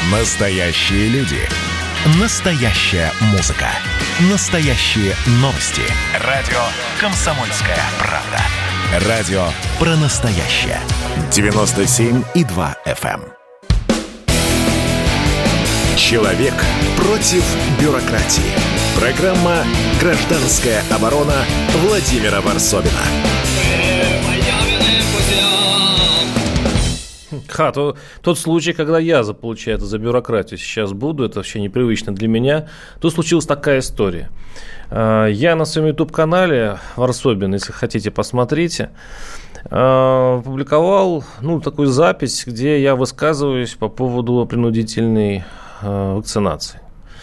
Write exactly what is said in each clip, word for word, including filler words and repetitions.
Настоящие люди. Настоящая музыка. Настоящие новости. Радио «Комсомольская правда». Радио про настоящее. девяносто семь и два эф эм. Человек против бюрократии. Программа «Гражданская оборона» Владимира Варсобина. Ха, то, тот случай, когда я заполучаю это за бюрократию, сейчас буду, это вообще непривычно для меня. Тут случилась такая история. Я на своем YouTube-канале Варсобин, если хотите, посмотрите, опубликовал ну, такую запись, где я высказываюсь по поводу принудительной вакцинации.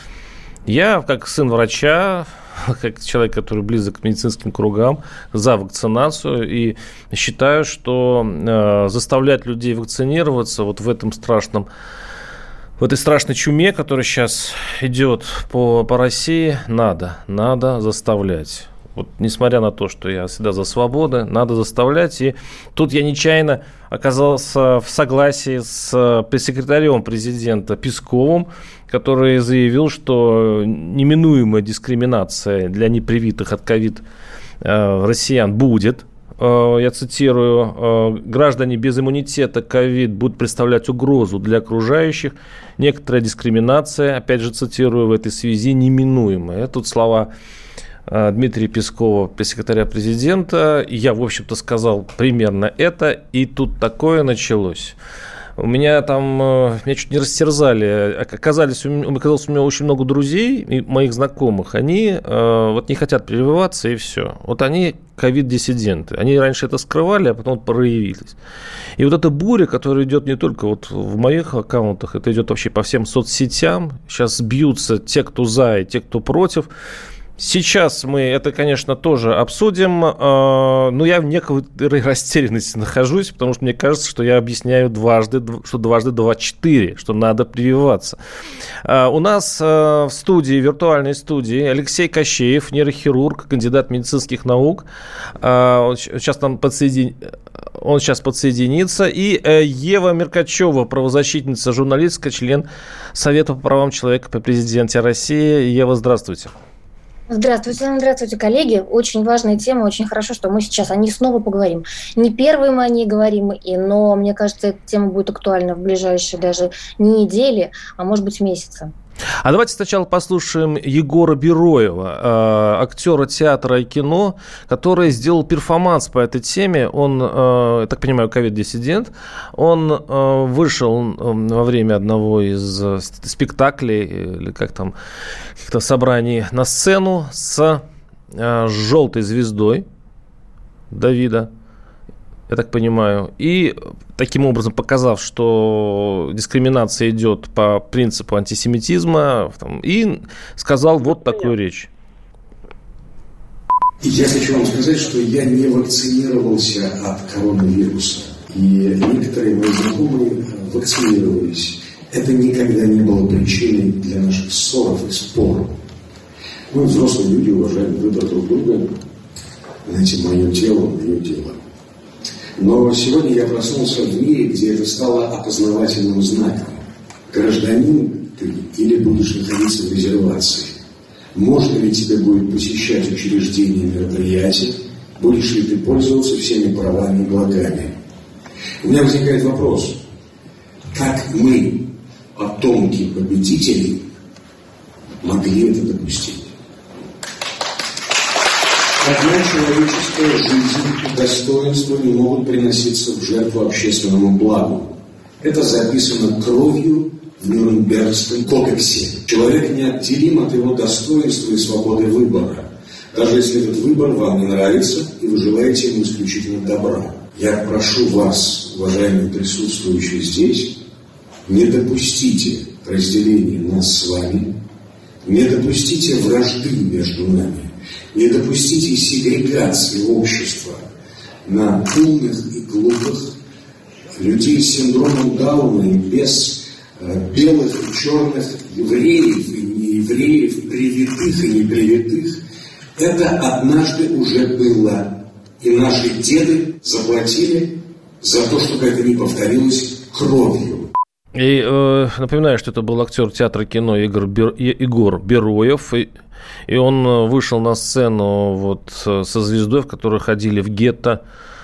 Я, как сын врача, как человек, который близок к медицинским кругам, за вакцинацию и считаю, что э, заставлять людей вакцинироваться вот в этом страшном, в этой страшной чуме, которая сейчас идет по, по России, надо, надо заставлять. Вот, несмотря на то, что я всегда за свободу, надо заставлять. И тут я нечаянно оказался в согласии с пресс-секретарем президента Песковым, который заявил, что неминуемая дискриминация для непривитых от ковид россиян будет. Я цитирую: граждане без иммунитета ковид будут представлять угрозу для окружающих. Некоторая дискриминация, опять же цитирую в этой связи, неминуемая. Это тут слова Дмитрия Пескова, пресс-секретаря президента. Я, в общем-то, сказал примерно это, и тут такое началось. У меня там, меня чуть не растерзали. Оказались, оказалось, у меня очень много друзей, и моих знакомых. Они э, вот не хотят прививаться, и все. Вот они ковид-диссиденты. Они раньше это скрывали, а потом проявились. И вот эта буря, которая идет не только вот в моих аккаунтах, это идет вообще по всем соцсетям. Сейчас бьются те, кто за, и те, кто против. Сейчас мы это, конечно, тоже обсудим, но я в некоторой растерянности нахожусь, потому что мне кажется, что я объясняю дважды, что дважды два четыре, что надо прививаться. У нас в студии, виртуальной студии, Алексей Кощеев, нейрохирург, кандидат медицинских наук. Сейчас там подсоедин... Он сейчас подсоединится. И Ева Меркачева, правозащитница, журналистка, член Совета по правам человека при президенте России. Ева, здравствуйте. Здравствуйте, здравствуйте, коллеги. Очень важная тема, очень хорошо, что мы сейчас о ней снова поговорим. Не первые мы о ней говорим, и, но мне кажется, эта тема будет актуальна в ближайшие даже не недели, а может быть месяцы. А давайте сначала послушаем Егора Бероева, актера театра и кино, который сделал перформанс по этой теме. Он, я так понимаю, ковид-диссидент. Он вышел во время одного из спектаклей, или как там, каких-то собраний, на сцену с желтой звездой Давида, я так понимаю, и таким образом показав, что дискриминация идет по принципу антисемитизма, и сказал вот такую речь. Я хочу вам сказать, что я не вакцинировался от коронавируса, и некоторые мои знакомые вакцинировались. Это никогда не было причиной для наших ссоров и споров. Мы, взрослые люди, уважаем выбор друг друга. Знаете, мое тело, мое дело. Но сегодня я проснулся в мире, где это стало опознавательным знаком. Гражданин ты или будешь находиться в резервации? Можно ли тебе будет посещать учреждения, мероприятия? Будешь ли ты пользоваться всеми правами и благами? У меня возникает вопрос. Как мы, потомки победителей, могли это допустить? Одна человеческая жизнь и достоинство не могут приноситься в жертву общественному благу. Это записано кровью в Нюрнбергском кодексе. Человек неотделим от его достоинства и свободы выбора, даже если этот выбор вам не нравится и вы желаете ему исключительно добра. Я прошу вас, уважаемые присутствующие здесь, не допустите разделения нас с вами, не допустите вражды между нами. Не допустите сегрегации общества на умных и глупых, людей с синдромом Дауна и без э, белых и черных, евреев и неевреев, привитых и непривитых. Это однажды уже было. И наши деды заплатили за то, чтобы это не повторилось, кровью. И э, напоминаю, что это был актер театра кино Игорь, Бер, Егор Бероев. И, и он вышел на сцену вот со звездой, в которой ходили в гетто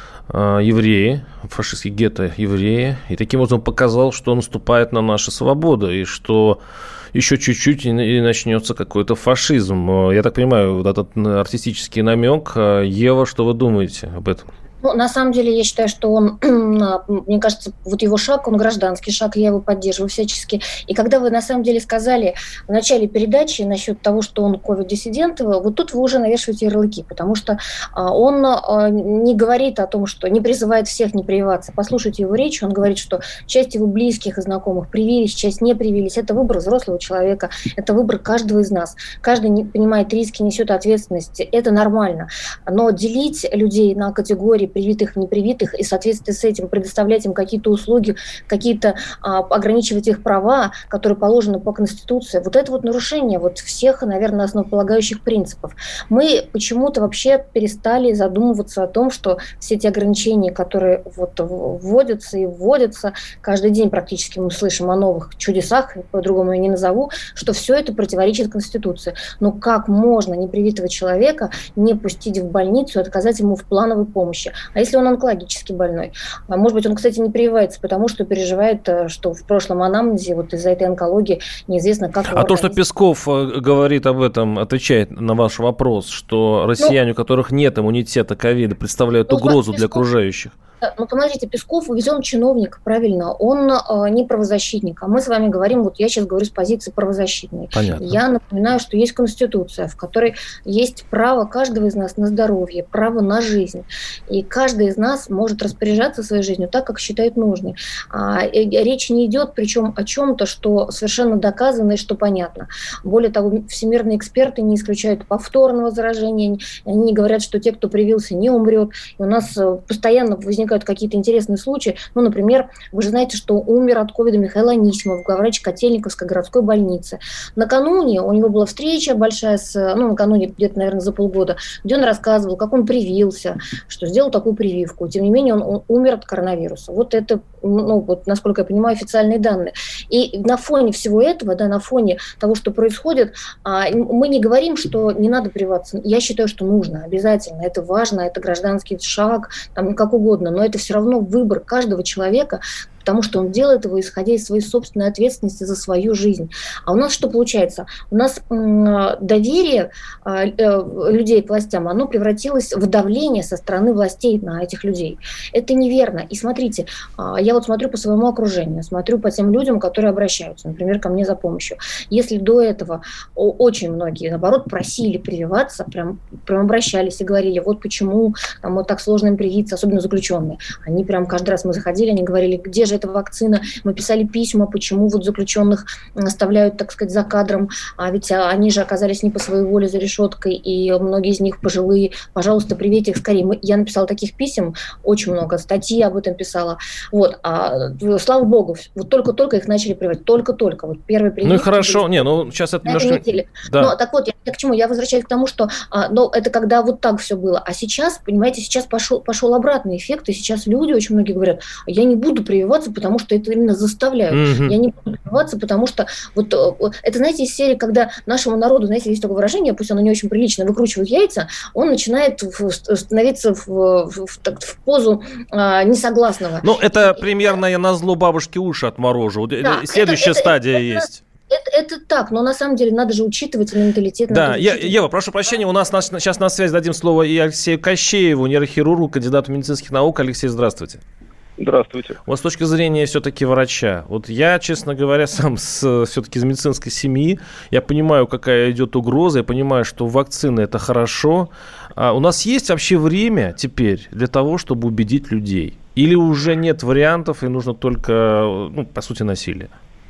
э, евреи, фашистские гетто евреи. И таким образом показал, что он наступает на наши свободы. И что еще чуть-чуть и начнется какой-то фашизм. Я так понимаю, вот этот артистический намек. Ева, что вы думаете об этом? Ну, на самом деле, я считаю, что он, мне кажется, вот его шаг, он гражданский шаг, я его поддерживаю всячески. И когда вы, на самом деле, сказали в начале передачи насчет того, что он ковид-диссидент, вот тут вы уже навешиваете ярлыки, потому что он не говорит о том, что не призывает всех не прививаться. Послушайте его речь, он говорит, что часть его близких и знакомых привились, часть не привились. Это выбор взрослого человека, это выбор каждого из нас. Каждый понимает риски, несет ответственность, это нормально. Но делить людей на категории привитых, непривитых, и в соответствии с этим предоставлять им какие-то услуги, какие-то а, ограничивать их права, которые положены по Конституции, вот это вот нарушение вот всех, наверное, основополагающих принципов. Мы почему-то вообще перестали задумываться о том, что все эти ограничения, которые вот вводятся и вводятся, каждый день практически мы слышим о новых чудесах, по-другому я не назову, что все это противоречит Конституции. Но как можно непривитого человека не пустить в больницу и отказать ему в плановой помощи? А если он онкологически больной? А может быть, он, кстати, не прививается, потому что переживает, что в прошлом анамнезе вот из-за этой онкологии неизвестно, как... А то, что Песков говорит об этом, отвечает на ваш вопрос, что россияне, ну, у которых нет иммунитета ковида, представляют ну, угрозу Песков... для окружающих. Ну, посмотрите, Песков увезен чиновник, правильно, он э, не правозащитник, а мы с вами говорим, вот я сейчас говорю с позиции правозащитной. Понятно. Я напоминаю, что есть Конституция, в которой есть право каждого из нас на здоровье, право на жизнь, и каждый из нас может распоряжаться своей жизнью так, как считает нужным. А, и, речь не идет, причем о чем-то, что совершенно доказано и что понятно. Более того, всемирные эксперты не исключают повторного заражения, они не говорят, что те, кто привился, не умрет, и у нас постоянно возникает какие-то интересные случаи. Ну, например, вы же знаете, что умер от ковида Михаил Анисимов, главврач Котельниковской городской больницы. Накануне у него была встреча большая, с, ну, накануне где-то, наверное, за полгода, где он рассказывал, как он привился, что сделал такую прививку. Тем не менее, он, он умер от коронавируса. Вот это, ну, вот, насколько я понимаю, официальные данные. И на фоне всего этого, да, на фоне того, что происходит, мы не говорим, что не надо прививаться. Я считаю, что нужно, обязательно. Это важно, это гражданский шаг, там, как угодно, но это все равно выбор каждого человека, потому что он делает его, исходя из своей собственной ответственности за свою жизнь. А у нас что получается? У нас м- доверие э, э, людей к властям, оно превратилось в давление со стороны властей на этих людей. Это неверно. И смотрите, э, я вот смотрю по своему окружению, смотрю по тем людям, которые обращаются, например, ко мне за помощью. Если до этого очень многие, наоборот, просили прививаться, прям, прям обращались и говорили, вот почему там, вот так сложно им привиться, особенно заключенные. Они прям каждый раз мы заходили, они говорили, где же эта вакцина, мы писали письма, почему вот заключенных оставляют, так сказать, за кадром, а ведь они же оказались не по своей воле за решеткой, и многие из них пожилые, пожалуйста, привейте их скорее. Мы, я написала таких писем, очень много, статьи об этом писала, вот, а слава богу, вот только-только их начали прививать, только-только, вот первые прививки. Ну и хорошо, не, ну сейчас это немножко... Да. Но так вот, я, я к чему, я возвращаюсь к тому, что, а, ну, это когда вот так все было, а сейчас, понимаете, сейчас пошел, пошел обратный эффект, и сейчас люди, очень многие говорят, я не буду прививаться, потому что это именно заставляют. Mm-hmm. Я не буду прививаться, потому что вот это, знаете, из серии, когда нашему народу, знаете, есть такое выражение, пусть оно не очень прилично, выкручивают яйца, он начинает становиться в, в, в, в позу а, несогласного. Ну, это и, примерно я назло бабушке уши отморожу. Да, следующая это, стадия это, есть. Это, это так, но на самом деле надо же учитывать менталитет. Да, я, Ева, прошу прощения, у нас на, сейчас на связь дадим слово и Алексею Кощееву, нейрохирургу, кандидату медицинских наук. Алексей, здравствуйте. Здравствуйте. Вот с точки зрения все-таки врача, вот я, честно говоря, сам с, все-таки из медицинской семьи, я понимаю, какая идет угроза, я понимаю, что вакцины – это хорошо. А у нас есть вообще время теперь для того, чтобы убедить людей? Или уже нет вариантов и нужно только, ну, по сути, насилие?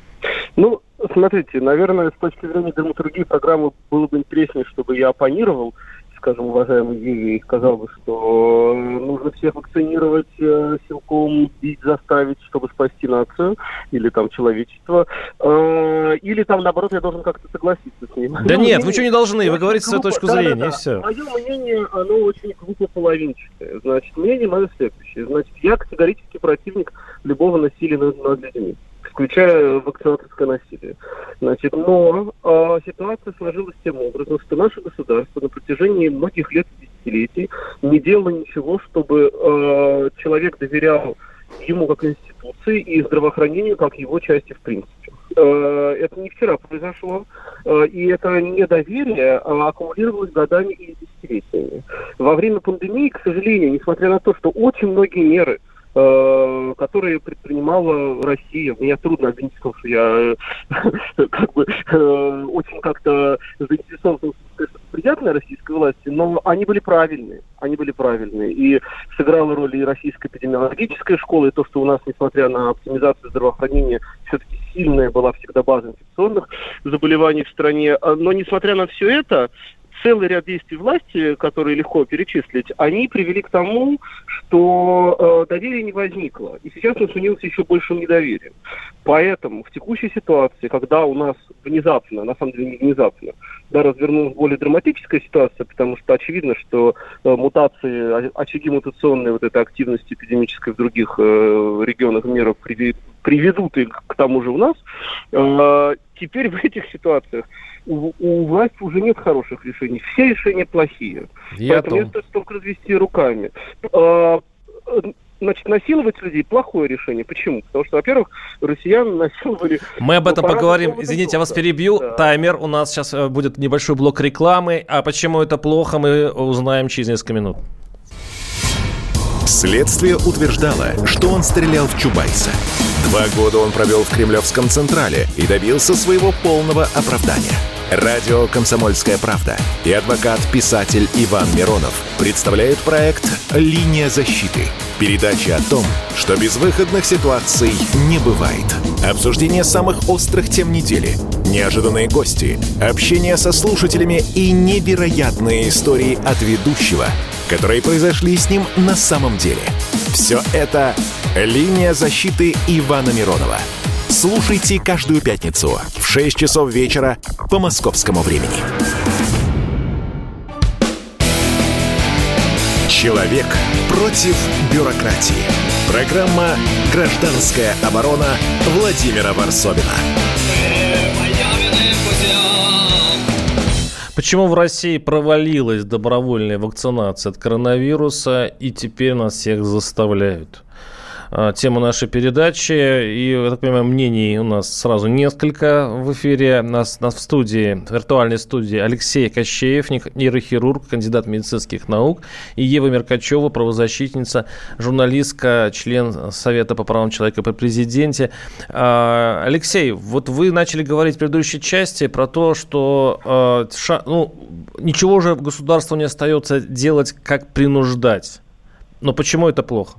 Ну, смотрите, наверное, с точки зрения драматургии программы было бы интереснее, чтобы я оппонировал, скажем, уважаемый Еве, и сказал бы, что нужно всех вакцинировать, э, силком бить, заставить, чтобы спасти нацию или там человечество. Э, или там, наоборот, я должен как-то согласиться с ним. Да нет, вы что не должны, вы говорите свою точку зрения, да, да, и все. Мое мнение, оно очень глупо-половинчатое. Значит, мнение мое следующее. Значит, я категорически противник любого насилия над, над людьми. включая вакцинаторское насилие. Значит, но э, ситуация сложилась тем образом, что наше государство на протяжении многих лет и десятилетий не делало ничего, чтобы э, человек доверял ему как институции и здравоохранению как его части в принципе. Э, это не вчера произошло, э, и это недоверие а аккумулировалось годами и десятилетиями. Во время пандемии, к сожалению, несмотря на то, что очень многие меры, которые предпринимала Россия. Мне трудно обвинить в том, что я как бы очень как-то заинтересован в приятной российской власти, но они были правильные. Они были правильные. И сыграла роль и российская эпидемиологическая школа, и то, что у нас, несмотря на оптимизацию здравоохранения, все-таки сильная была всегда база инфекционных заболеваний в стране. Но, несмотря на все это, целый ряд действий власти, которые легко перечислить, они привели к тому, что э, доверия не возникло. И сейчас он сменился еще большим недоверием. Поэтому в текущей ситуации, когда у нас внезапно, на самом деле не внезапно, да, развернулась более драматическая ситуация, потому что очевидно, что э, мутации, очаги мутационной вот этой активности эпидемической в других э, регионах мира приведут, приведут и к тому же у нас, э, теперь в этих ситуациях У, у власти уже нет хороших решений. Все решения плохие. Я Поэтому я стоит только развести руками. А, значит, насиловать людей – плохое решение. Почему? Потому что, во-первых, россиян насиловали... Мы об этом поговорим. Извините, я вас года. перебью. Да. Таймер. У нас сейчас будет небольшой блок рекламы. А почему это плохо, мы узнаем через несколько минут. Следствие утверждало, что он стрелял в Чубайса. Два года он провел в Кремлевском Централе и добился своего полного оправдания. Радио «Комсомольская правда» и адвокат-писатель Иван Миронов представляют проект «Линия защиты». Передача о том, что безвыходных ситуаций не бывает. Обсуждение самых острых тем недели, неожиданные гости, общение со слушателями и невероятные истории от ведущего, которые произошли с ним на самом деле. Все это «Линия защиты» Ивана Миронова. Слушайте каждую пятницу в шесть часов вечера по московскому времени. Человек против бюрократии. Программа «Гражданская оборона» Владимира Варсобина. Почему в России провалилась добровольная вакцинация от коронавируса и теперь нас всех заставляют? Тема нашей передачи, и, я так понимаю, мнений у нас сразу несколько в эфире. У нас, нас в студии, в виртуальной студии Алексей Кощеев, нейрохирург, кандидат медицинских наук, и Ева Меркачева, правозащитница, журналистка, член Совета по правам человека при президенте. Алексей, вот вы начали говорить в предыдущей части про то, что ша, ну, ничего же государству не остается делать, как принуждать. Но почему это плохо?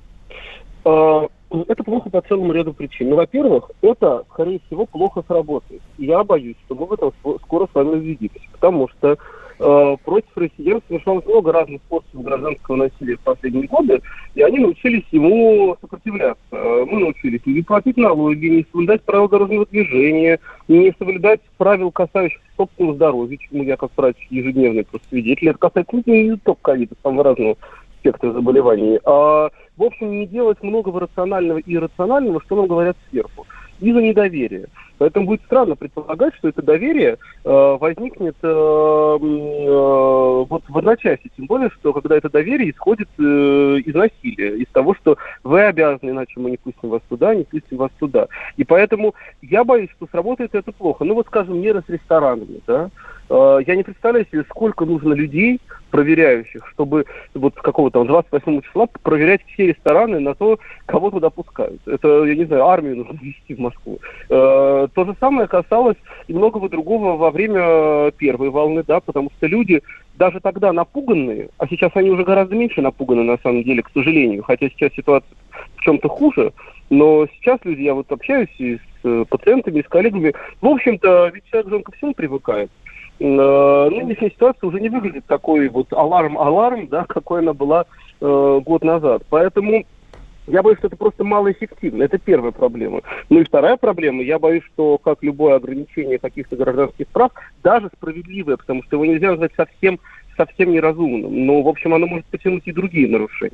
Это плохо по целому ряду причин. Ну, во-первых, это, скорее всего, плохо сработает. И я боюсь, что мы в этом скоро с вами увидимся. Потому что э, против россиян совершалось много разных способов гражданского насилия в последние годы, и они научились ему сопротивляться. Мы научились не платить налоги, не соблюдать правила дорожного движения, не соблюдать правил, касающихся собственного здоровья, чему я, как врач, ежедневный просто свидетель. Это касается не только ковида, самого разного спектра заболеваний, а, в общем, не делать многого рационального и иррационального, что нам говорят сверху, из-за недоверия. Поэтому будет странно предполагать, что это доверие э, возникнет э, э, вот в одночасье, тем более, что когда это доверие исходит э, из насилия, из того, что вы обязаны, иначе мы не пустим вас туда, не пустим вас туда. И поэтому я боюсь, что сработает это плохо. Ну вот, скажем, меры с ресторанами, да. Э, я не представляю себе, сколько нужно людей, проверяющих, чтобы вот с какого-то двадцать восьмого числа проверять все рестораны на то, кого туда пускают. Это, я не знаю, армию нужно ввести в Москву. Э, то же самое касалось и многого другого во время первой волны, да, потому что люди даже тогда напуганные, а сейчас они уже гораздо меньше напуганы на самом деле, к сожалению, хотя сейчас ситуация в чем-то хуже, но сейчас люди, я вот общаюсь и с пациентами, и с коллегами, в общем-то, ведь человек же он ко всему привыкает. Нынешняя ситуация уже не выглядит такой вот аларм-аларм, да, какой она была э, год назад. Поэтому я боюсь, что это просто малоэффективно. Это первая проблема. Ну и вторая проблема. Я боюсь, что, как любое ограничение каких-то гражданских прав, даже справедливое, потому что его нельзя назвать совсем, совсем неразумным. Но, в общем, оно может потянуть и другие нарушения.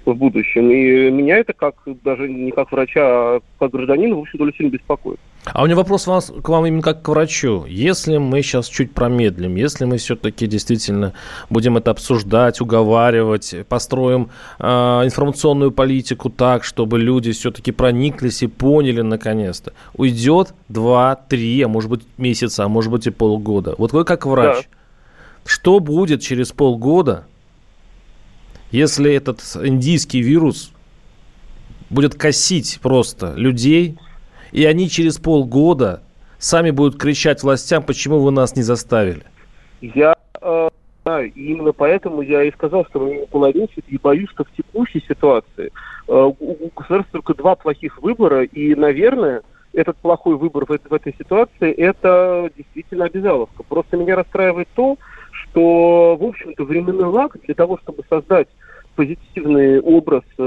в будущем. И меня это как даже не как врача, а как гражданина, в общем, довольно сильно беспокоит. А у меня вопрос вас, к вам именно как к врачу. Если мы сейчас чуть промедлим, если мы все-таки действительно будем это обсуждать, уговаривать, построим э, информационную политику так, чтобы люди все-таки прониклись и поняли наконец-то, уйдет два-три, а может быть месяца, а может быть и полгода. Вот вы как врач, да. Что будет через полгода, если этот индийский вирус будет косить просто людей, и они через полгода сами будут кричать властям, почему вы нас не заставили? Я, э, да, именно поэтому я и сказал, что мне не половинчик, и боюсь, что в текущей ситуации э, у государства только два плохих выбора, и, наверное, этот плохой выбор в, в этой ситуации, это действительно обязаловка. Просто меня расстраивает то, что, в общем-то, временной лаг для того, чтобы создать позитивный образ э,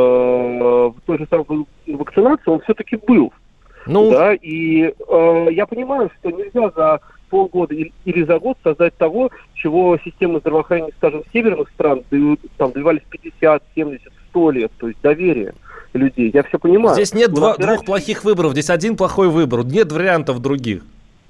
в той же самой вакцинации, он все-таки был. Ну... Да, и э, я понимаю, что нельзя за полгода или, или за год создать того, чего системы здравоохранения, скажем, северных стран там добивались пятьдесят, семьдесят, сто лет, то есть доверие людей. Я все понимаю. Здесь нет два, двух плохих выборов, здесь один плохой выбор, нет вариантов других.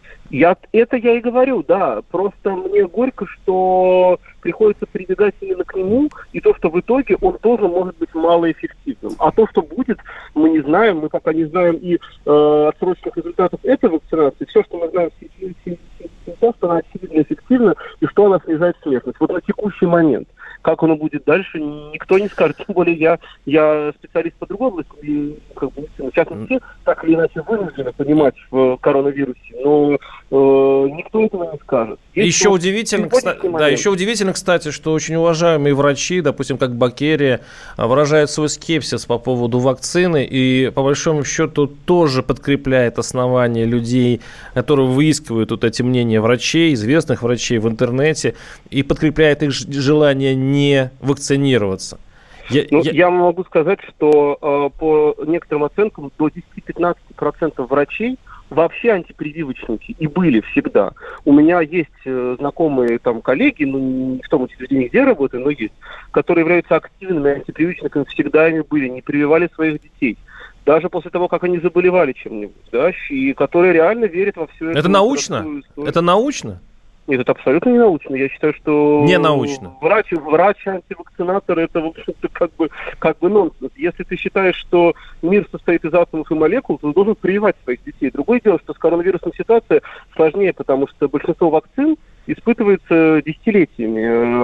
Я, это я и говорю, да. Просто мне горько, что приходится прибегать именно к нему, и то, что в итоге он тоже может быть малоэффективным. А то, что будет, мы не знаем, мы пока не знаем и э, отсрочных результатов этой вакцинации. Все, что мы знаем сейчас, что она очевидно эффективна, и что она снижает смертность. Вот на текущий момент. Как оно будет дальше, никто не скажет. Тем более я, я специалист по другой области, и, как бы, сейчас мы все так или иначе вынуждены понимать в коронавирусе, но э, никто этого не скажет. Есть еще удивительно, кстати, да, еще удивительно, кстати, что очень уважаемые врачи, допустим, как Бакерия, выражают свой скепсис по поводу вакцины и, по большому счету, тоже подкрепляет основания людей, которые выискивают вот эти мнения врачей, известных врачей в интернете, и подкрепляет их желание не вакцинироваться. Я, ну, я... я могу сказать, что э, по некоторым оценкам до десять-пятнадцать процентов врачей вообще антипрививочники и были всегда. У меня есть э, знакомые там коллеги, ну не в том учреждении, где я работаю, но есть, которые являются активными антипрививочниками, всегда ими были, не прививали своих детей. Даже после того, как они заболевали чем-нибудь, да, и которые реально верят во все это. Это научно? Это научно? Нет, это абсолютно не научно. Я считаю, что не научно. Врач, врач антивакцинатор, это, в общем-то, как бы, как бы нонсенс. Если ты считаешь, что мир состоит из атомов и молекул, то ты должен прививать своих детей. Другое дело, что с коронавирусной ситуацией сложнее, потому что большинство вакцин испытывается десятилетиями.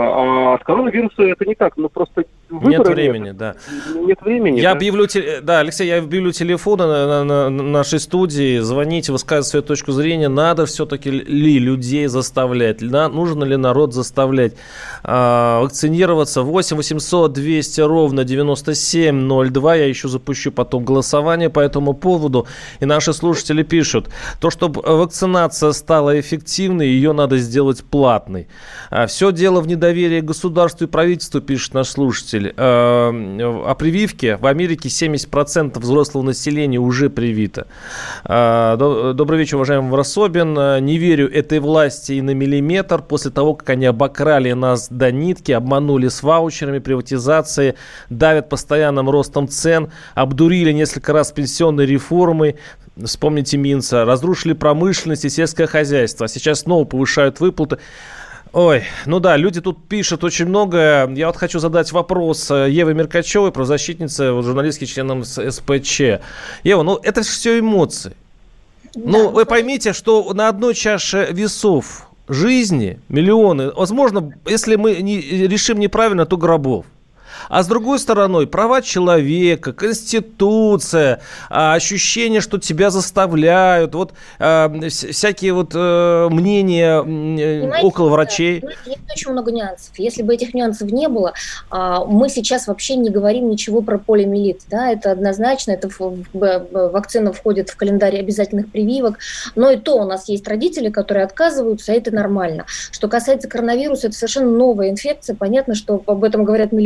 А с коронавирусом это не так. Ну, просто нет времени, нет. да. Нет времени. Я да? объявлю, да, Алексей, я объявлю телефоны на, на, на нашей студии. Звоните, высказывайте свою точку зрения. Надо все-таки ли людей заставлять? На, нужно ли народ заставлять а, вакцинироваться? восемь восемьсот двести ровно девяносто семь ноль два. Я еще запущу потом голосование по этому поводу. И наши слушатели пишут, то, чтобы вакцинация стала эффективной, ее надо сделать платной. Все дело в недоверии к государству и правительству, пишет наш слушатель. О прививке в Америке семьдесят процентов взрослого населения уже привито. Добрый вечер, уважаемый Воробин. Не верю этой власти и на миллиметр. После того, как они обокрали нас до нитки, обманули с ваучерами, приватизацией, давят постоянным ростом цен, обдурили несколько раз пенсионной реформой. Вспомните Минца, разрушили промышленность и сельское хозяйство, а сейчас снова повышают выплаты. Ой, ну да, люди тут пишут очень много. Я вот хочу задать вопрос Еве Меркачевой, правозащитнице, журналистке, членам СПЧ. Ева, ну это же все эмоции. Да. Ну, вы поймите, что на одной чаше весов жизни миллионы, возможно, если мы не, решим неправильно, то гробов. А с другой стороны, права человека, Конституция, ощущение, что тебя заставляют, вот всякие вот мнения Понимаете, около врачей. Есть очень много нюансов. Если бы этих нюансов не было, мы сейчас вообще не говорим ничего про полиомиелит. Да? Это однозначно, это вакцина входит в календарь обязательных прививок. Но и то у нас есть родители, которые отказываются, а это нормально. Что касается коронавируса, это совершенно новая инфекция. Понятно, что об этом говорят миллионы раз.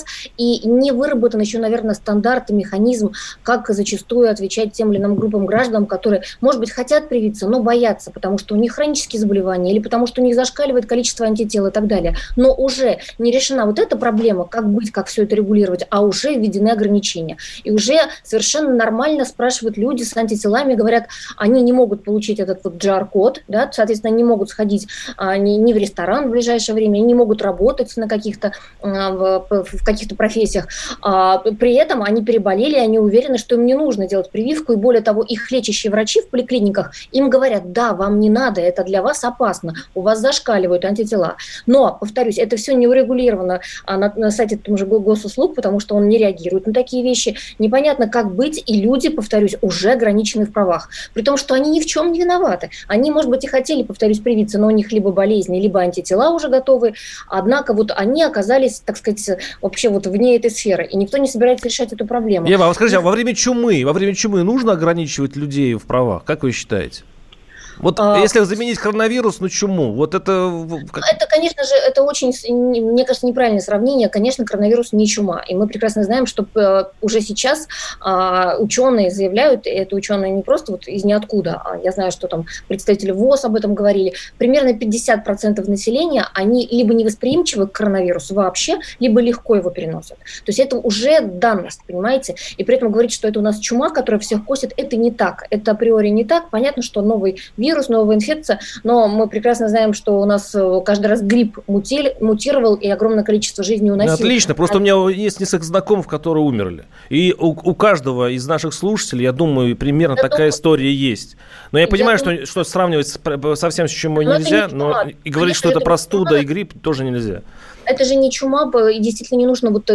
и не выработан еще, наверное, стандарт и механизм, как зачастую отвечать тем или иным группам граждан, которые, может быть, хотят привиться, но боятся, потому что у них хронические заболевания или потому что у них зашкаливает количество антител и так далее. Но уже не решена вот эта проблема, как быть, как все это регулировать, а уже введены ограничения. И уже совершенно нормально спрашивают люди с антителами, говорят, они не могут получить этот вот джи ар-код, да, соответственно, не могут сходить а, ни, ни в ресторан в ближайшее время, не могут работать на каких-то, а, в, в каких-то профессиях. А, при этом они переболели, они уверены, что им не нужно делать прививку, и более того, их лечащие врачи в поликлиниках им говорят, да, вам не надо, это для вас опасно, у вас зашкаливают антитела. Но, повторюсь, это все не урегулировано а, на, на сайте том же госуслуг, потому что он не реагирует на такие вещи. Непонятно, как быть, и люди, повторюсь, уже ограничены в правах. При том, что они ни в чем не виноваты. Они, может быть, и хотели, повторюсь, привиться, но у них либо болезни, либо антитела уже готовы. Однако вот они оказались, так сказать, вообще вот вне этой сферы, и никто не собирается решать эту проблему. Ева, а скажите, а во время чумы, во время чумы нужно ограничивать людей в правах? Как вы считаете? Вот а, если заменить коронавирус на чуму, вот это... Это, конечно же, это очень, мне кажется, неправильное сравнение. Конечно, коронавирус не чума. И мы прекрасно знаем, что уже сейчас а, ученые заявляют, и это ученые не просто вот из ниоткуда, а я знаю, что там представители ВОЗ об этом говорили, примерно пятьдесят процентов населения, они либо невосприимчивы к коронавирусу вообще, либо легко его переносят. То есть это уже данность, понимаете? И при этом говорить, что это у нас чума, которая всех косит, это не так. Это априори не так. Понятно, что новый вирус, вирус, новая инфекция, но мы прекрасно знаем, что у нас каждый раз грипп мутировал и огромное количество жизней уносил. Отлично, просто у меня есть несколько знакомых, которые умерли. И у, у каждого из наших слушателей, я думаю, примерно я такая думаю, история есть. Но я понимаю, я что, что сравнивать совсем с чумой нельзя, не но и говорить, что это простуда и грипп, тоже нельзя. Это же не чума, и действительно не нужно... Вот,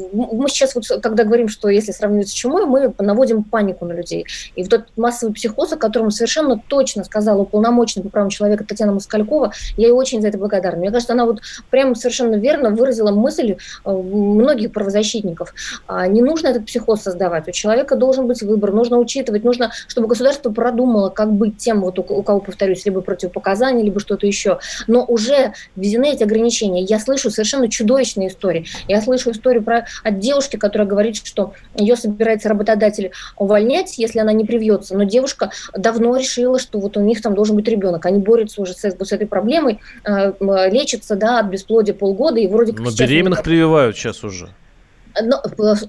мы сейчас, вот, когда говорим, что если сравнивать с чумой, мы наводим панику на людей. И вот этот массовый психоз, о котором совершенно точно сказала уполномоченная по правам человека Татьяна Москалькова, я ей очень за это благодарна. Мне кажется, она вот прямо совершенно верно выразила мысль многих правозащитников. Не нужно этот психоз создавать. У человека должен быть выбор, нужно учитывать, нужно, чтобы государство продумало, как быть тем, вот, у кого, повторюсь, либо противопоказания, либо что-то еще. Но уже введены эти ограничения. Я слышу совершенно чудовищные истории. Я слышу историю про, от девушки, которая говорит, что ее собирается работодатель увольнять, если она не привьется. Но девушка давно решила, что вот у них там должен быть ребенок. Они борются уже с, с этой проблемой, э, лечатся, да, от бесплодия полгода. И вроде как но беременных прививают сейчас уже. Но,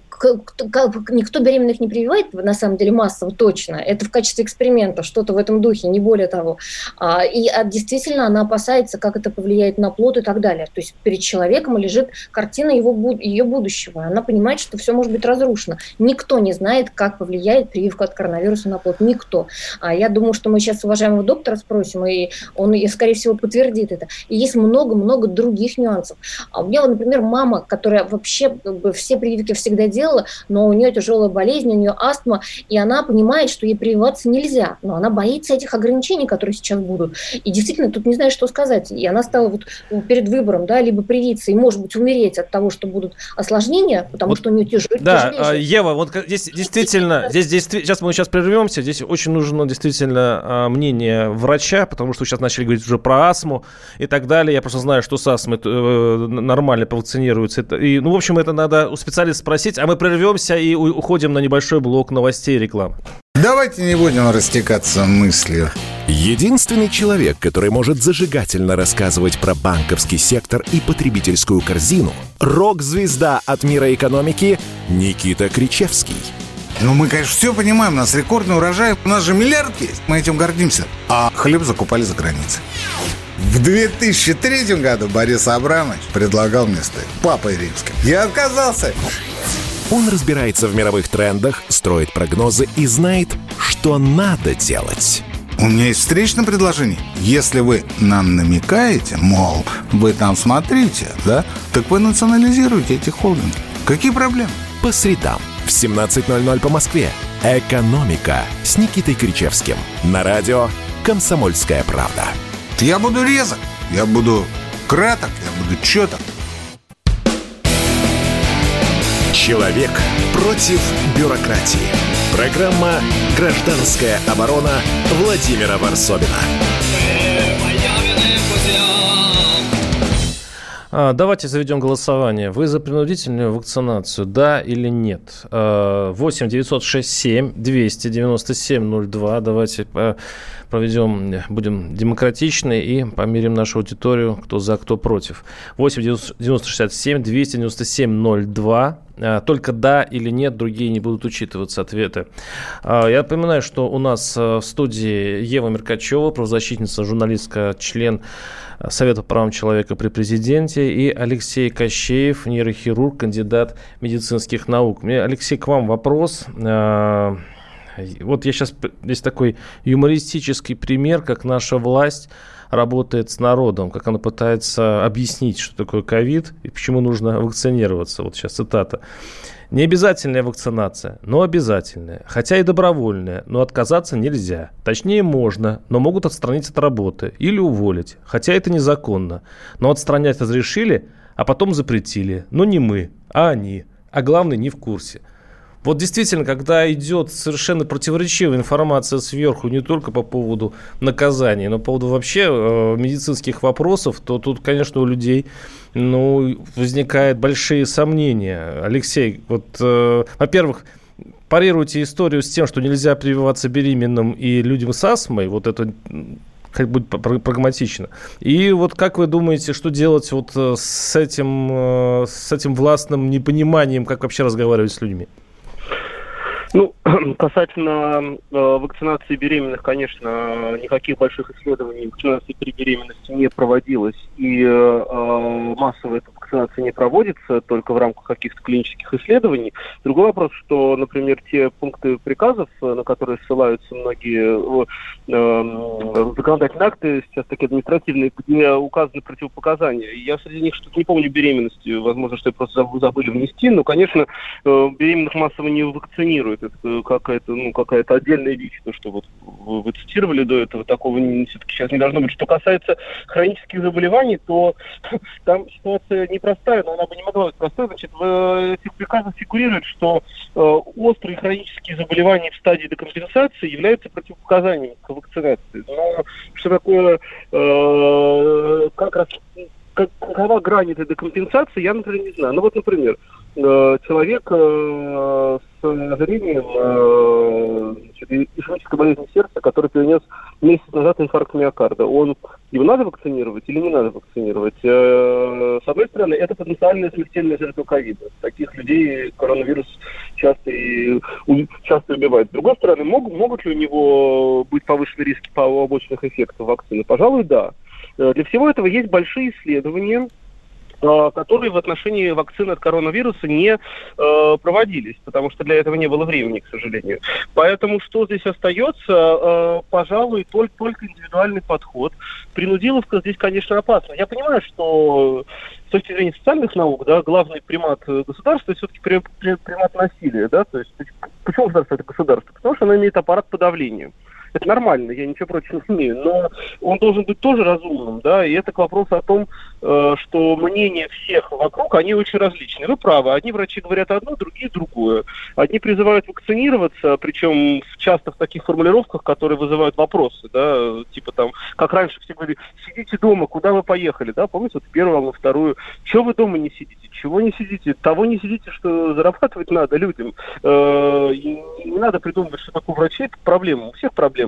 никто беременных не прививает, на самом деле, массово, точно. Это в качестве эксперимента, что-то в этом духе, не более того. И действительно она опасается, как это повлияет на плод и так далее. То есть перед человеком лежит картина его, ее будущего. Она понимает, что все может быть разрушено. Никто не знает, как повлияет прививка от коронавируса на плод. Никто. Я думаю, что мы сейчас уважаемого доктора спросим, и он, скорее всего, подтвердит это. И есть много-много других нюансов. У меня, например, мама, которая вообще все прививки всегда делала, но у нее тяжелая болезнь, у нее астма, и она понимает, что ей прививаться нельзя, но она боится этих ограничений, которые сейчас будут. И действительно, тут не знаю, что сказать. И она стала вот перед выбором, да, либо привиться и, может быть, умереть от того, что будут осложнения, потому вот, что у нее тяжелее. Да, тяжелее. Ева, вот здесь действительно, здесь, здесь, сейчас мы сейчас прервемся, здесь очень нужно действительно мнение врача, потому что сейчас начали говорить уже про астму и так далее. Я просто знаю, что с астмой нормально провакцинируется. И, ну, в общем, это надо успеть специалист спросить, а мы прервемся и уходим на небольшой блок новостей и рекламы. Давайте не будем растекаться мыслью. Единственный человек, который может зажигательно рассказывать про банковский сектор и потребительскую корзину, рок-звезда от мира экономики Никита Кричевский. Ну, мы, конечно, все понимаем, у нас рекордный урожай, у нас же миллиард есть, мы этим гордимся. А хлеб закупали за границей. В две тысячи третьем году Борис Абрамович предлагал мне стать папой римским. Я отказался. Он разбирается в мировых трендах, строит прогнозы и знает, что надо делать. У меня есть встречное предложение. Если вы нам намекаете, мол, вы там смотрите, да, так вы национализируете эти холдинги. Какие проблемы? По средам в семнадцать ноль ноль по Москве. «Экономика» с Никитой Кричевским. На радио «Комсомольская правда». Я буду резок, я буду краток, я буду чёток. Человек против бюрократии. Программа «Гражданская оборона» Владимира Варсобина. Давайте заведем голосование. Вы за принудительную вакцинацию, да или нет? восемь девятьсот шестьдесят семь двести девяносто семь ноль два. Давайте проведем, будем демократичны и померим нашу аудиторию, кто за, кто против. восемь девятьсот шестьдесят семь двести девяносто семь ноль два. Только да или нет, другие не будут учитываться ответы. Я напоминаю, что у нас в студии Ева Меркачева, правозащитница, журналистка, член Совета по правам человека при президенте, и Алексей Кощеев, нейрохирург, кандидат медицинских наук. Мне, Алексей, к вам вопрос. Вот я сейчас... Есть такой юмористический пример, как наша власть работает с народом, как она пытается объяснить, что такое ковид и почему нужно вакцинироваться. Вот сейчас цитата. «Не обязательная вакцинация, но обязательная. Хотя и добровольная, но отказаться нельзя. Точнее, можно, но могут отстранить от работы или уволить. Хотя это незаконно. Но отстранять разрешили, а потом запретили. Но не мы, а они. А главное, не в курсе». Вот действительно, когда идет совершенно противоречивая информация сверху, не только по поводу наказаний, но по поводу вообще э, медицинских вопросов, то тут, конечно, у людей ну, возникают большие сомнения. Алексей, вот, э, во-первых, парируйте историю с тем, что нельзя прививаться беременным и людям с астмой, вот это как будет прагматично. И вот как вы думаете, что делать вот с этим, с этим властным непониманием, как вообще разговаривать с людьми? Ну, касательно э, вакцинации беременных, конечно, никаких больших исследований вакцинации при беременности не проводилось, и э, массовая эта вакцинация не проводится только в рамках каких-то клинических исследований. Другой вопрос, что, например, те пункты приказов, на которые ссылаются многие э, законодательные акты, сейчас такие административные, где указаны противопоказания. Я среди них что-то не помню беременности, возможно, что я просто забыли внести, но, конечно, э, беременных массово не вакцинируют. Это какая-то, ну, какая-то отдельная вещь, то, что вот вы, вы цитировали до этого, такого не, все-таки сейчас не должно быть. Что касается хронических заболеваний, то там ситуация непростая, но она бы не могла быть простой. Значит, в этих приказах фигурирует, что э, острые хронические заболевания в стадии декомпенсации являются противопоказаниями к вакцинации. Но что такое, э, как раз, как, какова грань этой декомпенсации, я, например, не знаю. Ну вот, например, э, человек э, с ожирением, э, ишемической болезнью сердца, который перенес месяц назад инфаркт миокарда, он, его надо вакцинировать или не надо вакцинировать? Э, с одной стороны, это потенциальная смертельная жертва ковида. Таких людей коронавирус часто, и, часто убивает. С другой стороны, могут, могут ли у него быть повышенные риски побочных эффектов вакцины? Пожалуй, да. Для всего этого есть большие исследования, которые в отношении вакцины от коронавируса не э, проводились, потому что для этого не было времени, к сожалению. Поэтому что здесь остается? Э, пожалуй, только, только индивидуальный подход. Принудиловка здесь, конечно, опасна. Я понимаю, что с точки зрения социальных наук, да, главный примат государства все-таки примат насилия. Да? То есть, почему государство это государство? Потому что оно имеет аппарат по давлению. Это нормально, я ничего против не имею, но он должен быть тоже разумным, да, и это к вопросу о том, э, что мнения всех вокруг, они очень различны. Вы правы, одни врачи говорят одно, другие другое. Одни призывают вакцинироваться, причем часто в таких формулировках, которые вызывают вопросы, да, типа там, как раньше все говорили, сидите дома, куда вы поехали, да, помните, вот первую волну, вторую, чего вы дома не сидите, чего не сидите, того не сидите, что зарабатывать надо людям. Э, и не надо придумывать, что такое врачей, это проблема, у всех проблемы.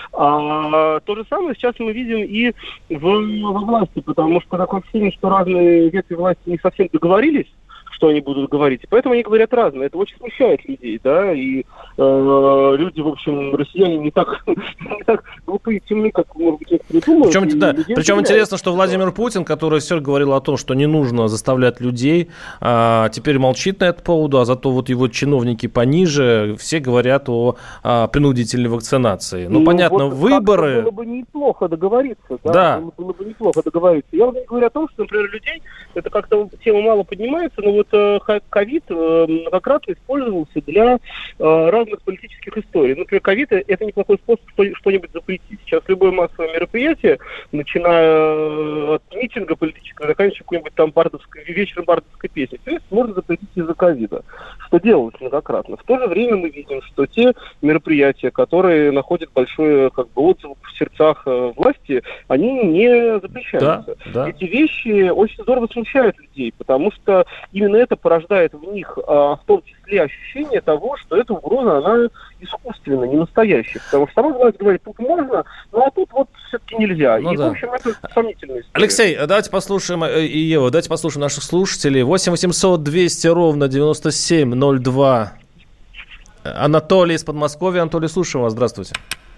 А то же самое сейчас мы видим и в, во власти, потому что такое ощущение, что разные ветви власти не совсем договорились, что они будут говорить. И поэтому они говорят разное. Это очень смущает людей, да, и э, люди, в общем, россияне не так, не так глупые и темны, как, может быть, некоторые думают. Причем, да, причем интересно, что Владимир Путин, который все говорил о том, что не нужно заставлять людей, а, теперь молчит на этот поводу, а зато вот его чиновники пониже все говорят о а, принудительной вакцинации. Ну, ну понятно, вот выборы... Было бы неплохо договориться, да? Да. Было, было бы неплохо договориться. Я уже не говорю о том, что, например, людей, это как-то тема мало поднимается, но вот ковид многократно использовался для э, разных политических историй. Например, ковид – это неплохой способ что-нибудь запретить. Сейчас любое массовое мероприятие, начиная от митинга политического, заканчивая какой-нибудь там бардовской, вечером бардовской песни, все это можно запретить из-за ковида. что делалось многократно. В то же время мы видим, что те мероприятия, которые находят большой как бы, отзыв в сердцах э, власти, они не запрещаются. Да, да. Эти вещи очень здорово смущают людей, потому что именно это порождает в них, э, в том числе, ощущение того, что эта угроза, она искусственная, не настоящая. Потому что сама власть говорит, тут можно, ну а тут вот все-таки нельзя. Ну, и, да. в общем, это сомнительная история. Алексей, давайте послушаем, и Ева, давайте послушаем наших слушателей. восемь восемьсот двести ровно девяносто семь ноль два. Анатолий из Подмосковья. Анатолий, слушаем вас. Здравствуйте.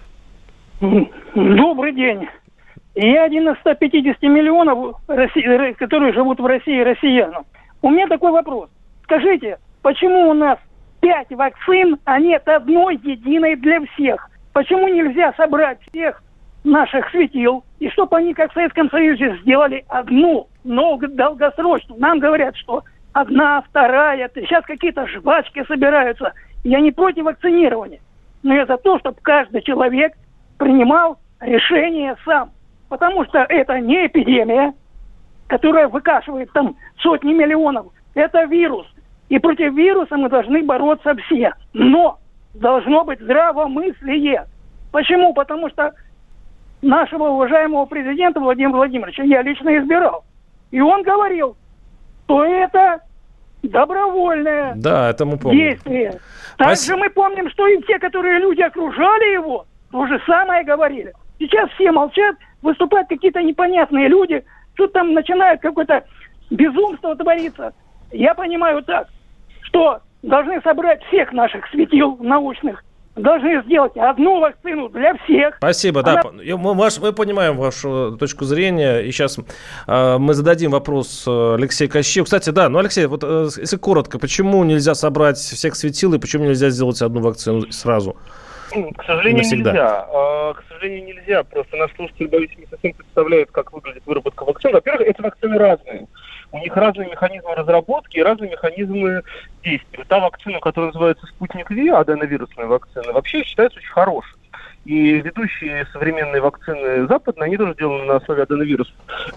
Добрый день. Я один из ста пятидесяти миллионов, которые живут в России, россиянам. У меня такой вопрос. Скажите, почему у нас пять вакцин, а нет одной единой для всех? Почему нельзя собрать всех наших светил, и чтобы они, как в Советском Союзе, сделали одну, но долгосрочную? Нам говорят, что одна, вторая, сейчас какие-то жвачки собираются. Я не против вакцинирования, но я за то, чтобы каждый человек принимал решение сам. Потому что это не эпидемия, которая выкашивает там сотни миллионов. Это вирус. И против вируса мы должны бороться все. Но должно быть здравомыслие. Почему? Потому что нашего уважаемого президента Владимира Владимировича я лично избирал. И он говорил, что это добровольное да, это мы помним. действие. Также Спасибо. Мы помним, что и те, которые люди окружали его, то же самое говорили. Сейчас все молчат, выступают какие-то непонятные люди, что там начинают какое-то безумство твориться. Я понимаю так, что должны собрать всех наших светил научных, должны сделать одну вакцину для всех. Спасибо, Она... да. Мы, мы понимаем вашу точку зрения. И сейчас э, мы зададим вопрос Алексею Кащееву. Кстати, да, ну, Алексей, вот э, если коротко, почему нельзя собрать всех светил и почему нельзя сделать одну вакцину сразу? К сожалению, нельзя. К сожалению, нельзя. Просто наш слушатель, боюсь, не совсем представляет, как выглядит выработка вакцин. Во-первых, эти вакцины разные. У них разные механизмы разработки и разные механизмы действия. Та вакцина, которая называется «Спутник Ви», аденовирусная вакцина, вообще считается очень хорошей. И ведущие современные вакцины западные, они тоже сделаны на основе аденовируса.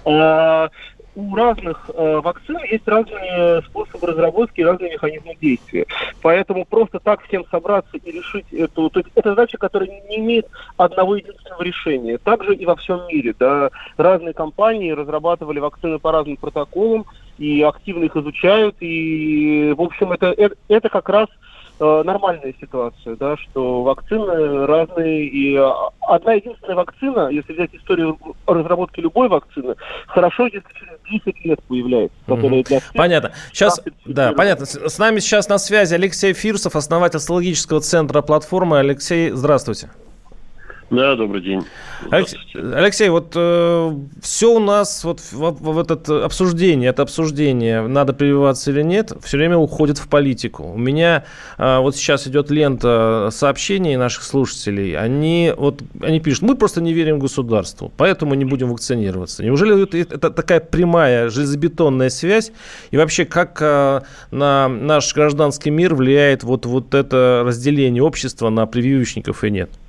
А у разных э, вакцин есть разные способы разработки и разные механизмы действия. Поэтому просто так всем собраться и решить эту... То есть это задача, которая не имеет одного единственного решения. Также и во всем мире. Да, разные компании разрабатывали вакцины по разным протоколам и активно их изучают. И, в общем, это, это, это как раз нормальная ситуация, да, что вакцины разные, и одна единственная вакцина, если взять историю разработки любой вакцины, хорошо, если через десять лет появляется, которая для всех... Понятно. Сейчас, да, понятно. С нами сейчас на связи Алексей Фирсов, основатель социологического центра «Платформа». Алексей, здравствуйте. Да, добрый день. Алексей, Алексей, вот э, все у нас вот в, в, в это обсуждение, это обсуждение, надо прививаться или нет, все время уходит в политику. У меня э, вот сейчас идет лента сообщений наших слушателей, они, вот, они пишут, мы просто не верим государству, поэтому не будем вакцинироваться. Неужели это, это такая прямая железобетонная связь? И вообще, как э, на наш гражданский мир влияет вот, вот это разделение общества на прививочников и нет?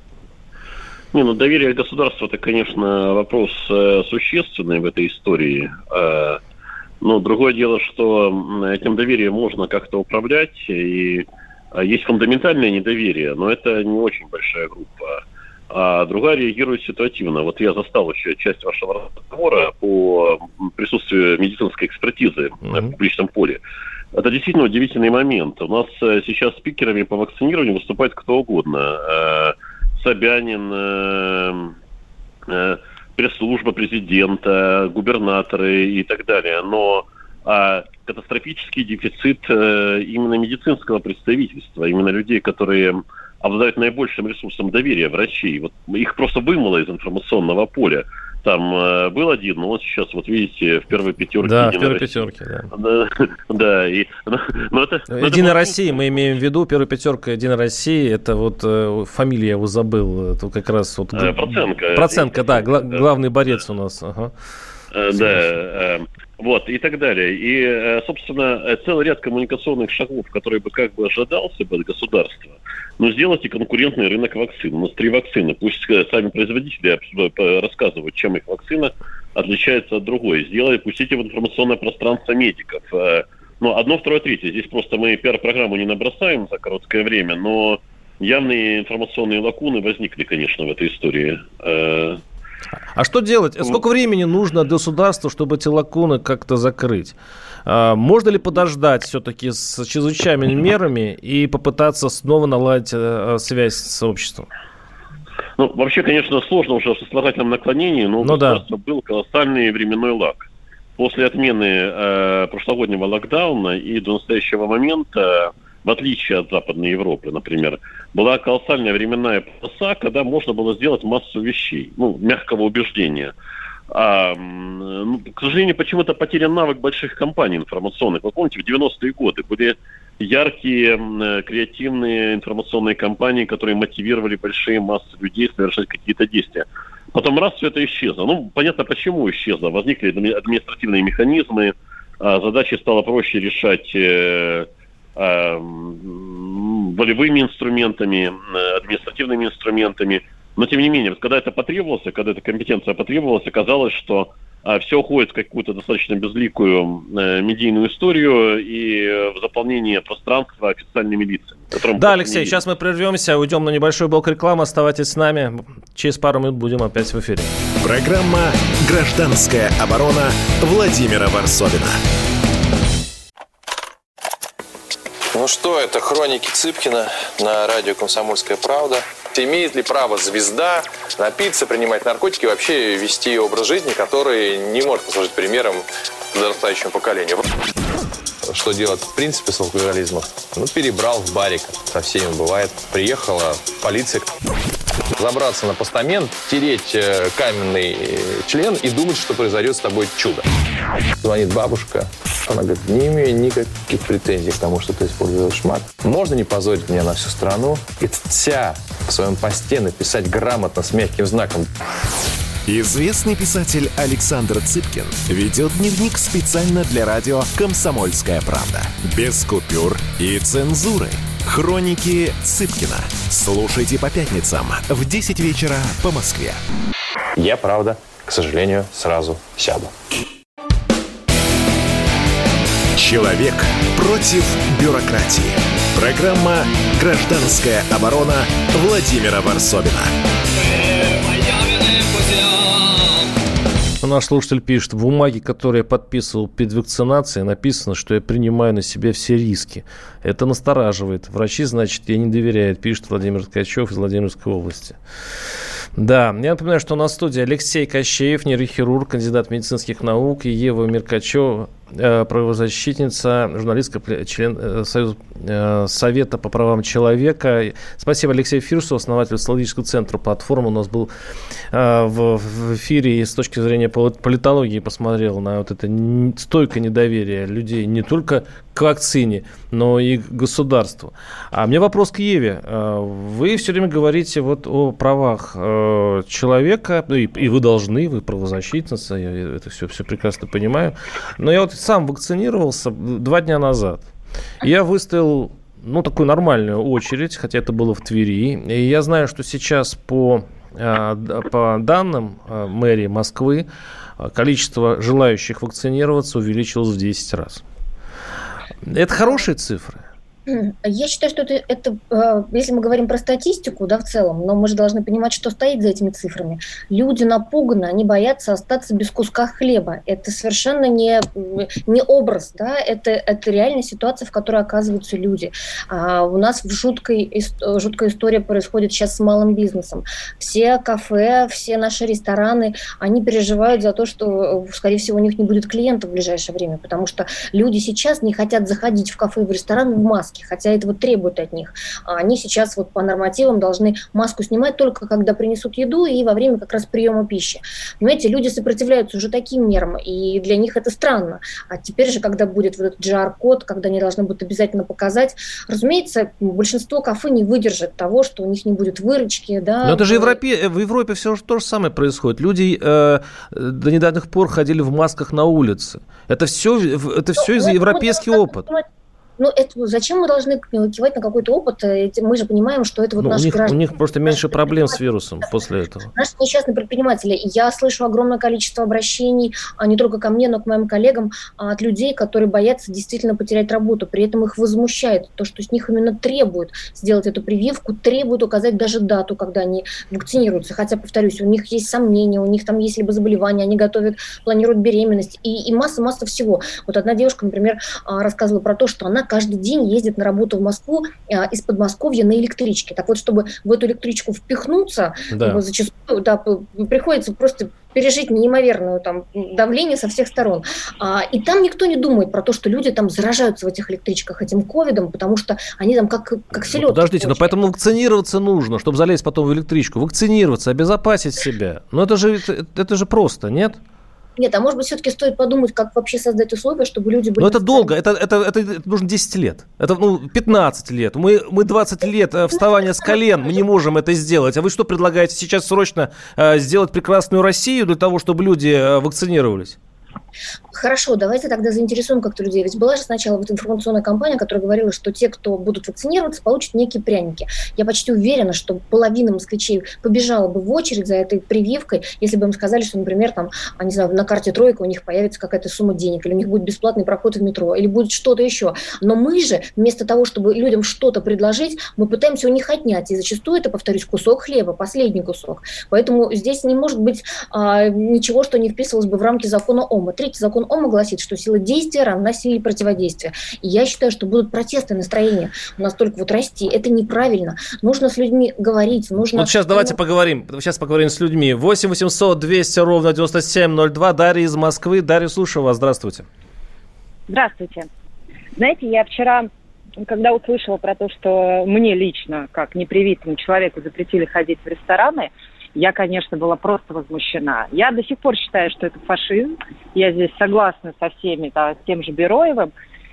Не, ну доверие государства это, конечно, вопрос э, существенный в этой истории. Э, но другое дело, что этим доверием можно как-то управлять, и э, есть фундаментальное недоверие, но это не очень большая группа. А другая реагирует ситуативно. Вот я застал еще часть вашего разговора по присутствию медицинской экспертизы mm-hmm. в публичном поле. Это действительно удивительный момент. У нас э, сейчас спикерами по вакцинированию выступает кто угодно. Э, Собянин, э, э, пресс-служба президента, губернаторы и так далее. Но э, катастрофический дефицит э, именно медицинского представительства, именно людей, которые обладают наибольшим ресурсом доверия врачей. Вот их просто вымыло из информационного поля. Там э, был один, но он сейчас, вот видите, в первой пятерке. Да, в первой пятерке, да. Да, да и, но, но это, но Единая это... Россия, мы имеем в виду, первая пятерка Единая Россия, это вот э, фамилия я его забыл, это как раз вот... Э, Проценко. Проценко, да, гла- главный борец у нас. Ага. Э, да, э, вот, и так далее. И, э, собственно, целый ряд коммуникационных шагов, которые бы как бы ожидался бы от государства. Но сделайте конкурентный рынок вакцин. У нас три вакцины. Пусть сами производители рассказывают, чем их вакцина отличается от другой. Сделайте, пустите в информационное пространство медиков. Ну, одно, второе, третье. Здесь просто мы пиар-программу не набросаем за короткое время, но явные информационные лакуны возникли, конечно, в этой истории. А что делать? Сколько времени нужно государству, чтобы эти лакуны как-то закрыть? Можно ли подождать все-таки с чрезвычайными мерами и попытаться снова наладить связь с обществом? Ну, вообще, конечно, сложно уже в сострадательном наклонении, но у ну, государства да. был колоссальный временной лаг. После отмены э, прошлогоднего локдауна и до настоящего момента, в отличие от Западной Европы, например, была колоссальная временная полоса, когда можно было сделать массу вещей, ну, мягкого убеждения. А, ну, к сожалению, почему-то потерян навык больших компаний информационных. Вы помните, в девяностые годы были яркие, креативные информационные кампании, которые мотивировали большие массы людей совершать какие-то действия. Потом раз все это исчезло. Ну, понятно, почему исчезло. Возникли административные механизмы, задачи стало проще решать э, э, волевыми инструментами, административными инструментами. Но, тем не менее, когда это потребовалось, когда эта компетенция потребовалась, оказалось, что а, все уходит в какую-то достаточно безликую э, медийную историю и э, в заполнение пространства официальными лицами. Да, Алексей, сейчас мы прервемся, уйдем на небольшой блок рекламы. Оставайтесь с нами. Через пару минут будем опять в эфире. Программа «Гражданская оборона» Владимира Варсобина. Ну что, это хроники Цыпкина на радио «Комсомольская правда». Имеет ли право звезда напиться, принимать наркотики и вообще вести образ жизни, который не может послужить примером подрастающему поколению? Что делать в принципе с алкоголизмом? Ну, перебрал в барик. Со всеми бывает. Приехала полиция. Забраться на постамент, тереть каменный член и думать, что произойдет с тобой чудо. Звонит бабушка. Она говорит, не имею никаких претензий к тому, что ты используешь мат. Можно не позорить меня на всю страну? И вся в своем посте написать грамотно с мягким знаком. Известный писатель Александр Цыпкин ведет дневник специально для радио «Комсомольская правда». Без купюр и цензуры. Хроники Цыпкина. Слушайте по пятницам в десять вечера по Москве. Я, правда, к сожалению, сразу сяду. Человек против бюрократии. Программа «Гражданская оборона» Владимира Варсобина. Наш слушатель пишет, в бумаге, которую я подписывал перед вакцинацией, написано, что я принимаю на себя все риски. Это настораживает. Врачи, значит, ей не доверяют, пишет Владимир Ткачев из Владимирской области. Да, я напоминаю, что на студии Алексей Кощеев, нейрохирург, кандидат медицинских наук, и Ева Меркачева, правозащитница, журналистка, член Союза, Совета по правам человека. Спасибо, Алексей Фирсов, основатель социологического центра «Платформа». У нас был в, в эфире и с точки зрения политологии посмотрел на вот это стойкое недоверие людей не только к вакцине, но и к государству. А мне вопрос к Еве. Вы все время говорите вот о правах человека, и, и вы должны, вы правозащитница, я это все, все прекрасно понимаю. Но я вот сам вакцинировался два дня назад. Я выстоял, ну, такую нормальную очередь, хотя это было в Твери. И я знаю, что сейчас по, по данным мэрии Москвы количество желающих вакцинироваться увеличилось в десять раз. Это хорошие цифры. Я считаю, что это, это, если мы говорим про статистику, да, в целом, но мы же должны понимать, что стоит за этими цифрами. Люди напуганы, они боятся остаться без куска хлеба. Это совершенно не, не образ, да, это, это реальная ситуация, в которой оказываются люди. А у нас в жуткой, жуткая история происходит сейчас с малым бизнесом. Все кафе, все наши рестораны, они переживают за то, что, скорее всего, у них не будет клиентов в ближайшее время, потому что люди сейчас не хотят заходить в кафе и в ресторан в маске, хотя этого требуют от них. Они сейчас вот по нормативам должны маску снимать только когда принесут еду и во время как раз приема пищи. Понимаете, люди сопротивляются уже таким мерам, и для них это странно. А теперь же, когда будет вот этот джи ар-код, когда они должны будут обязательно показать, разумеется, большинство кафе не выдержит того, что у них не будет выручки. Да, но это же Европе, в Европе все то же самое происходит. Люди э, до недавних пор ходили в масках на улице. Это все, это все ну, из-за европейский опыт. Ну, это, зачем мы должны кивать на какой-то опыт? Мы же понимаем, что это вот ну, наши у них, граждане. У них просто меньше проблем с вирусом после этого. Наши несчастные предприниматели. Я слышу огромное количество обращений, не только ко мне, но и к моим коллегам, от людей, которые боятся действительно потерять работу. При этом их возмущает то, что с них именно требуют сделать эту прививку, требуют указать даже дату, когда они вакцинируются. Хотя, повторюсь, у них есть сомнения, у них там есть либо заболевания, они готовят, планируют беременность и, и масса-масса всего. Вот одна девушка, например, рассказывала про то, что она каждый день ездит на работу в Москву из Подмосковья на электричке. Так вот, чтобы в эту электричку впихнуться, да. зачастую да, приходится просто пережить неимоверное там давление со всех сторон. А, и там никто не думает про то, что люди там заражаются в этих электричках этим ковидом, потому что они там как, как селедки. Ну, подождите, но поэтому вакцинироваться нужно, чтобы залезть потом в электричку. Вакцинироваться, обезопасить себя. Но это же, это, это же просто, нет? Нет, а может быть, все-таки стоит подумать, как вообще создать условия, чтобы люди были... Но это долго, это, это, это, это нужно десять лет, это ну, пятнадцать лет. Мы, мы двадцать лет вставания с колен, мы не можем это сделать. А вы что предлагаете сейчас срочно э, сделать прекрасную Россию для того, чтобы люди э, вакцинировались? Хорошо, давайте тогда заинтересуем как-то людей. Ведь была же сначала вот информационная кампания, которая говорила, что те, кто будут вакцинироваться, получат некие пряники. Я почти уверена, что половина москвичей побежала бы в очередь за этой прививкой, если бы им сказали, что, например, там, не знаю, на карте «Тройка» у них появится какая-то сумма денег, или у них будет бесплатный проход в метро, или будет что-то еще. Но мы же, вместо того, чтобы людям что-то предложить, мы пытаемся у них отнять. И зачастую это, повторюсь, кусок хлеба, последний кусок. Поэтому здесь не может быть а, ничего, что не вписывалось бы в рамки закона ОМА. Третий закон ОМА гласит, что сила действия равна силе противодействия. И я считаю, что будут протестные настроения у нас только вот расти. Это неправильно. Нужно с людьми говорить. Нужно... Вот сейчас давайте поговорим. Сейчас поговорим с людьми. восемь восемьсот двести ровно девяносто семь ноль два. Дарья из Москвы. Дарья, слушаю вас. Здравствуйте. Здравствуйте. Знаете, я вчера, когда услышала про то, что мне лично, как непривитому человеку, запретили ходить в рестораны, я, конечно, была просто возмущена. Я до сих пор считаю, что это фашизм. Я здесь согласна со всеми, да, с тем же Бероевым.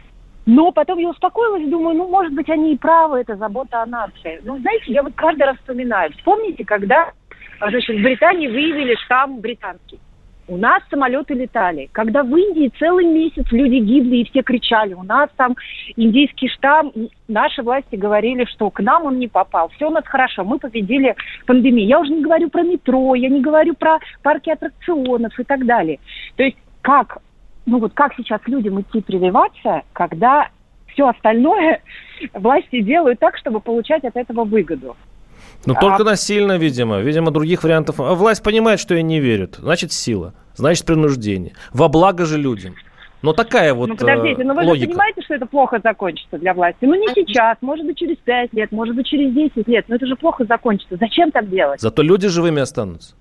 Но потом я успокоилась, думаю, ну, может быть, они и правы, это забота о нации. Ну, знаете, я вот каждый раз вспоминаю. Вспомните, когда, значит, в Британии выявили штамм британский. У нас самолеты летали. Когда в Индии целый месяц люди гибли и все кричали, у нас там индийский штамм, наши власти говорили, что к нам он не попал. Все у нас хорошо, мы победили пандемию. Я уже не говорю про метро, я не говорю про парки аттракционов и так далее. То есть как, ну вот как сейчас людям идти прививаться, когда все остальное власти делают так, чтобы получать от этого выгоду? Ну, а... только насильно, видимо. Видимо, других вариантов. А власть понимает, что ей не верят. Значит, сила. Значит, принуждение. Во благо же людям. Но такая вот ну, подождите, но вы логика. же понимаете, что это плохо закончится для власти? Ну, не сейчас, может быть, через пять лет, может быть, через десять лет. Но это же плохо закончится. Зачем так делать? Зато люди живыми останутся.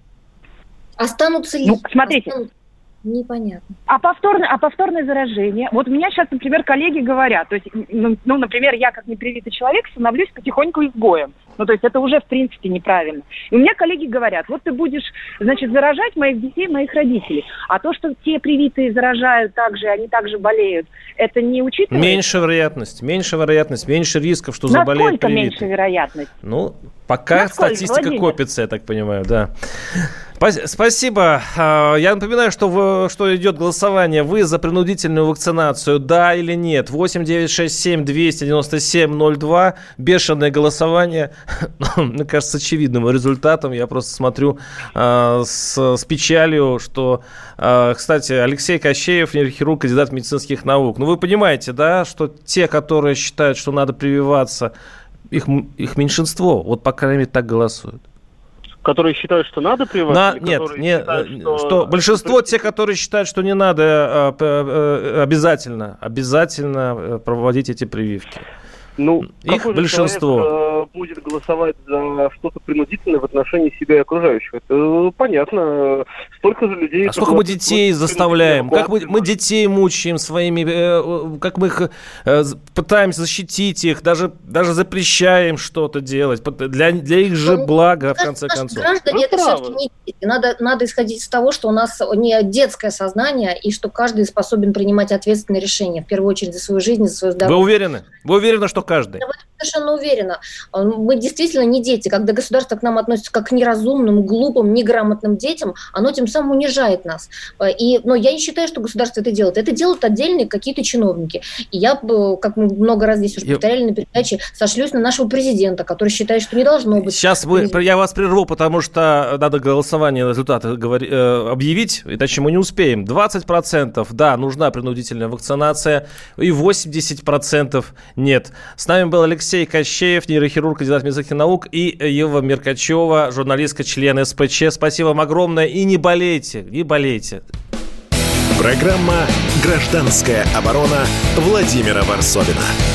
Останутся ли? Ну, смотрите. Останутся. Непонятно. А повторное, а повторное заражение? Вот у меня сейчас, например, коллеги говорят, то есть, ну, ну, например, я как непривитый человек становлюсь потихоньку изгоем. Ну, то есть это уже, в принципе, неправильно. И у меня коллеги говорят, вот ты будешь, значит, заражать моих детей, моих родителей. А то, что те привитые заражают также, они также болеют, это не учитывается? Меньше вероятность, меньше вероятность, меньше рисков, что Насколько заболеет привитый. меньше вероятность? Ну, пока Насколько, статистика Владимир? копится, я так понимаю, да. Спасибо. Я напоминаю, что, в, что идет голосование. Вы за принудительную вакцинацию, да или нет? восемь девятьсот шестьдесят семь двести девяносто семь ноль два. Бешеное голосование. Мне кажется, очевидным результатом. Я просто смотрю э, с, с печалью, что, э, кстати, Алексей Кощеев, нейрохирург, кандидат медицинских наук. Ну, вы понимаете, да, что те, которые считают, что надо прививаться, их, их меньшинство. Вот, по крайней мере, так голосуют. Которые считают, что надо прививаться? На, нет, не, считают, что... что большинство тех, которые считают, что не надо, обязательно, обязательно проводить эти прививки. Ну, их какой большинство человек, э, будет голосовать за что-то принудительное в отношении себя и окружающих? Это понятно. Столько же людей... А сколько мы детей заставляем? Как мы, мы детей мучаем своими... Э, как мы их э, пытаемся защитить их, даже, даже запрещаем что-то делать. Для, для их же ну, блага, в конце концов. Граждане, это все-таки не дети. Надо, надо исходить из того, что у нас не детское сознание, и что каждый способен принимать ответственные решения. В первую очередь за свою жизнь, за свое здоровье. Вы уверены? Вы уверены, что каждый? Я в этом совершенно уверена. мы действительно не дети. Когда государство к нам относится как к неразумным, глупым, неграмотным детям, оно тем самым унижает нас. И, но я не считаю, что государство это делает. Это делают отдельные какие-то чиновники. И я, как мы много раз здесь уже повторяли на передаче, сошлюсь на нашего президента, который считает, что не должно быть. Сейчас мы, я вас прерву, потому что надо голосование, результаты говори, э, объявить, иначе мы не успеем. двадцать процентов да, нужна принудительная вакцинация, и восемьдесят процентов нет. С нами был Алексей Кощеев, нейрохирург, кандидат медицинских наук, и Ева Меркачева, журналистка, член эс пэ че. Спасибо вам огромное, и не болейте, не болейте. Программа «Гражданская оборона» Владимира Варсовина.